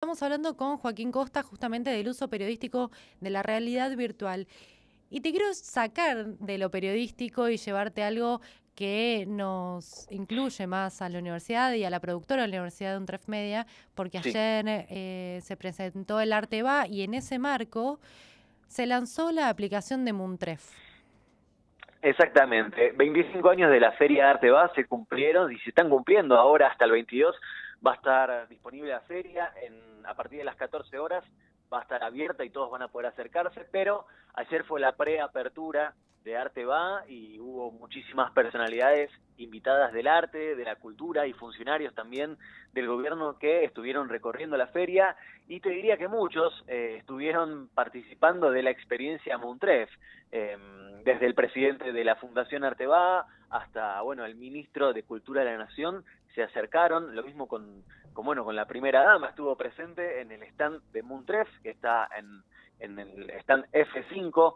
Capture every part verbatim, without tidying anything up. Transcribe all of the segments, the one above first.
Estamos hablando con Joaquín Costa justamente del uso periodístico de la realidad virtual. Y te quiero sacar de lo periodístico y llevarte a algo que nos incluye más a la universidad y a la productora de la Universidad de Untref Media, porque Sí, ayer eh, se presentó el Arte Va y en ese marco se lanzó la aplicación de Muntref. exactamente. veinticinco años de la Feria de Arte Va se cumplieron y se están cumpliendo ahora hasta el veintidós. Va a estar disponible la feria en, a partir de las catorce horas. Va a estar abierta y todos van a poder acercarse, pero ayer fue la preapertura de Arte Va y hubo muchísimas personalidades invitadas del arte, de la cultura y funcionarios también del gobierno que estuvieron recorriendo la feria, y te diría que muchos eh, estuvieron participando de la experiencia Muntref, eh, desde el presidente de la Fundación Arte Va hasta, bueno, el ministro de Cultura de la Nación se acercaron, lo mismo con, con bueno, con la primera dama, estuvo presente en el stand de Muntref, que está en, en el stand F cinco,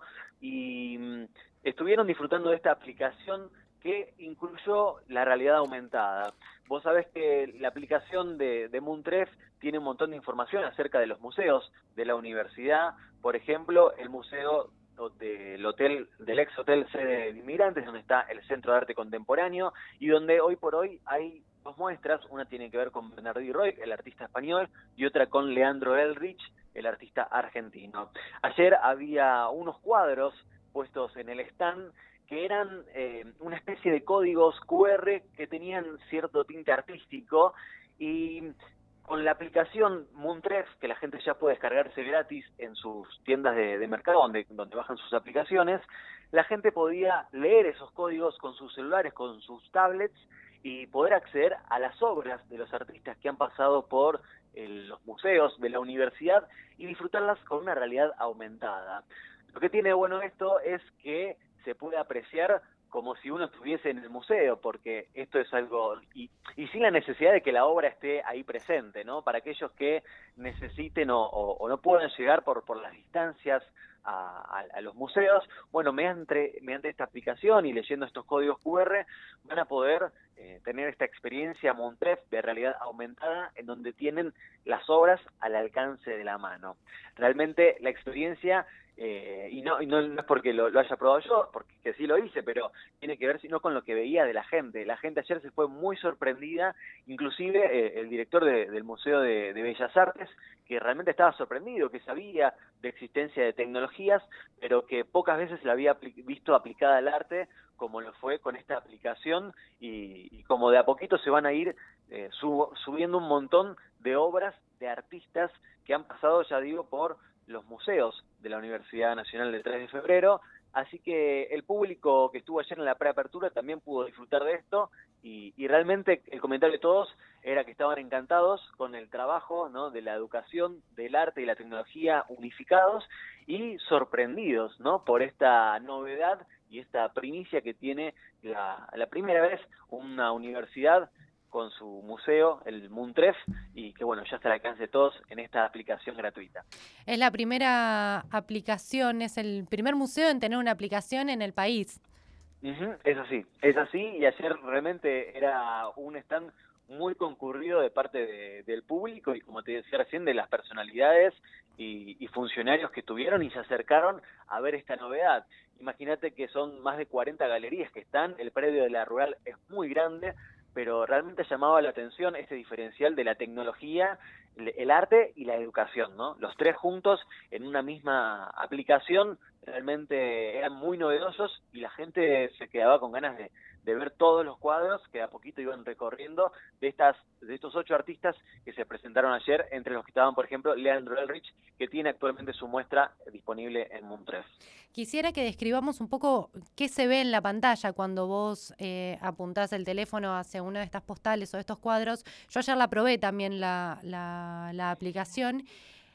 y mm, estuvieron disfrutando de esta aplicación que incluyó la realidad aumentada. Vos sabés que la aplicación de, de Muntref tiene un montón de información acerca de los museos de la universidad. Por ejemplo, el museo del hotel, del ex hotel sede de inmigrantes, donde está el Centro de Arte Contemporáneo, y donde hoy por hoy hay dos muestras. Una tiene que ver con Bernardi Roy, el artista español, y otra con Leandro Elrich, el artista argentino. Ayer había unos cuadros puestos en el stand que eran eh, una especie de códigos Q R que tenían cierto tinte artístico, y con la aplicación Muntref, que la gente ya puede descargarse gratis en sus tiendas de, de mercado, donde, donde bajan sus aplicaciones, la gente podía leer esos códigos con sus celulares, con sus tablets, y poder acceder a las obras de los artistas que han pasado por eh, los museos de la universidad y disfrutarlas con una realidad aumentada. Lo que tiene bueno esto es que se puede apreciar como si uno estuviese en el museo, porque esto es algo, y, y sin la necesidad de que la obra esté ahí presente, ¿no? Para aquellos que necesiten o, o, o no puedan llegar por, por las distancias a, a, a los museos, bueno, mediante, mediante esta aplicación y leyendo estos códigos Q R, van a poder eh, tener esta experiencia Muntref de realidad aumentada, en donde tienen las obras al alcance de la mano. Realmente la experiencia, Eh, y, no, y no, no es porque lo, lo haya probado yo, porque que sí lo hice, pero tiene que ver sino con lo que veía de la gente. La gente ayer se fue muy sorprendida, inclusive eh, el director de, del Museo de, de Bellas Artes, que realmente estaba sorprendido, que sabía de existencia de tecnologías, pero que pocas veces la había apli visto aplicada al arte, como lo fue con esta aplicación, y, y como de a poquito se van a ir eh, sub, subiendo un montón de obras de artistas que han pasado, ya digo, por los museos de la Universidad Nacional del tres de febrero, así que el público que estuvo ayer en la preapertura también pudo disfrutar de esto, y, y realmente el comentario de todos era que estaban encantados con el trabajo, ¿no?, de la educación, del arte y la tecnología unificados, y sorprendidos, ¿no?, por esta novedad y esta primicia que tiene la, la primera vez una universidad con su museo, el Muntref, y que bueno, ya está al alcance de todos en esta aplicación gratuita. Es la primera aplicación, es el primer museo en tener una aplicación en el país. Uh-huh, es así, es así, y ayer realmente era un stand muy concurrido de parte de, del público, y como te decía recién, de las personalidades y, y funcionarios que estuvieron y se acercaron a ver esta novedad. Imagínate que son más de cuarenta galerías que están, el predio de la Rural es muy grande, pero realmente llamaba la atención este diferencial de la tecnología, el, el arte y la educación, ¿no? Los tres juntos en una misma aplicación realmente eran muy novedosos, y la gente se quedaba con ganas de, de ver todos los cuadros que a poquito iban recorriendo de estas de estos ocho artistas que se presentaron ayer, entre los que estaban, por ejemplo, Leandro Elrich, que tiene actualmente su muestra disponible en Muntref. Quisiera que describamos un poco qué se ve en la pantalla cuando vos eh, apuntás el teléfono hacia una de estas postales o de estos cuadros. Yo ayer la probé también la, la, la aplicación,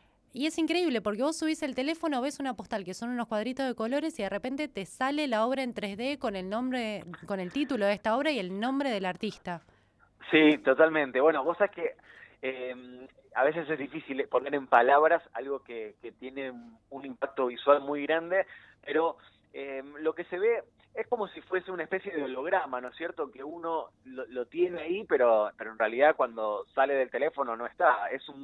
y es increíble porque vos subís el teléfono, ves una postal que son unos cuadritos de colores y de repente te sale la obra en tres D con el nombre, con el título de esta obra y el nombre del artista. Sí, totalmente. Bueno, vos sabés que eh, a veces es difícil poner en palabras algo que, que tiene un impacto visual muy grande, pero eh, lo que se ve es como si fuese una especie de holograma, ¿no es cierto? Que uno lo, lo tiene ahí, pero, pero en realidad cuando sale del teléfono no está. Es un,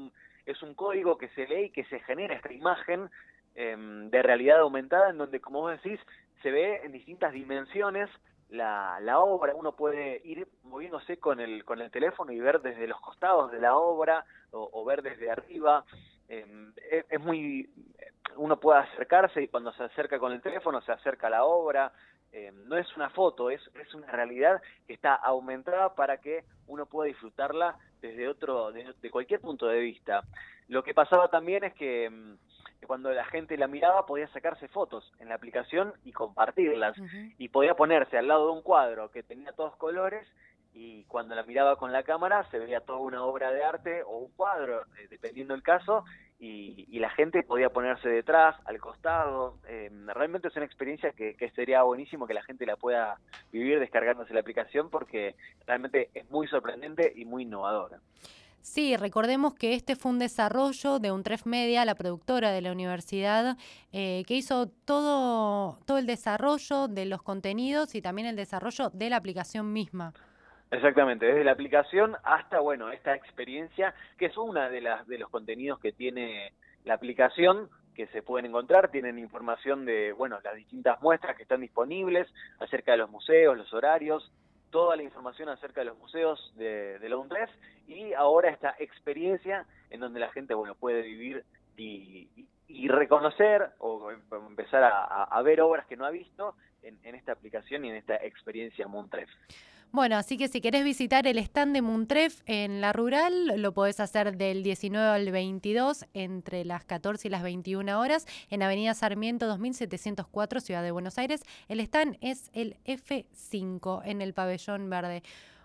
es un código que se lee y que se genera esta imagen eh, de realidad aumentada, en donde, como vos decís, se ve en distintas dimensiones la, la obra. Uno puede ir moviéndose con el, con el teléfono y ver desde los costados de la obra, o, o ver desde arriba. Eh, es, es muy... Uno puede acercarse, y cuando se acerca con el teléfono se acerca a la obra. Eh, no es una foto, es, es una realidad que está aumentada para que uno pueda disfrutarla desde otro, de, de cualquier punto de vista. Lo que pasaba también es que, que cuando la gente la miraba podía sacarse fotos en la aplicación y compartirlas, Uh-huh. y podía ponerse al lado de un cuadro que tenía todos colores, y cuando la miraba con la cámara se veía toda una obra de arte o un cuadro, eh, dependiendo del caso, y, y la gente podía ponerse detrás, al costado. Eh, realmente es una experiencia que, que sería buenísimo que la gente la pueda vivir descargándose la aplicación, porque realmente es muy sorprendente y muy innovadora. Sí, recordemos que este fue un desarrollo de Untref Media, la productora de la universidad, eh, que hizo todo, todo el desarrollo de los contenidos y también el desarrollo de la aplicación misma. Exactamente, desde la aplicación hasta, bueno, esta experiencia, que es una de las de los contenidos que tiene la aplicación, que se pueden encontrar. Tienen información de, bueno, las distintas muestras que están disponibles acerca de los museos, los horarios, toda la información acerca de los museos de, de la UNTREF, y ahora esta experiencia en donde la gente, bueno, puede vivir y, y, y reconocer o empezar a, a, a ver obras que no ha visto en, en esta aplicación y en esta experiencia Muntref. Bueno, así que si querés visitar el stand de Muntref en La Rural, lo podés hacer del diecinueve al veintidós, entre las catorce y las veintiuna horas, en Avenida Sarmiento dos mil setecientos cuatro, Ciudad de Buenos Aires. El stand es el F cinco, en el Pabellón Verde.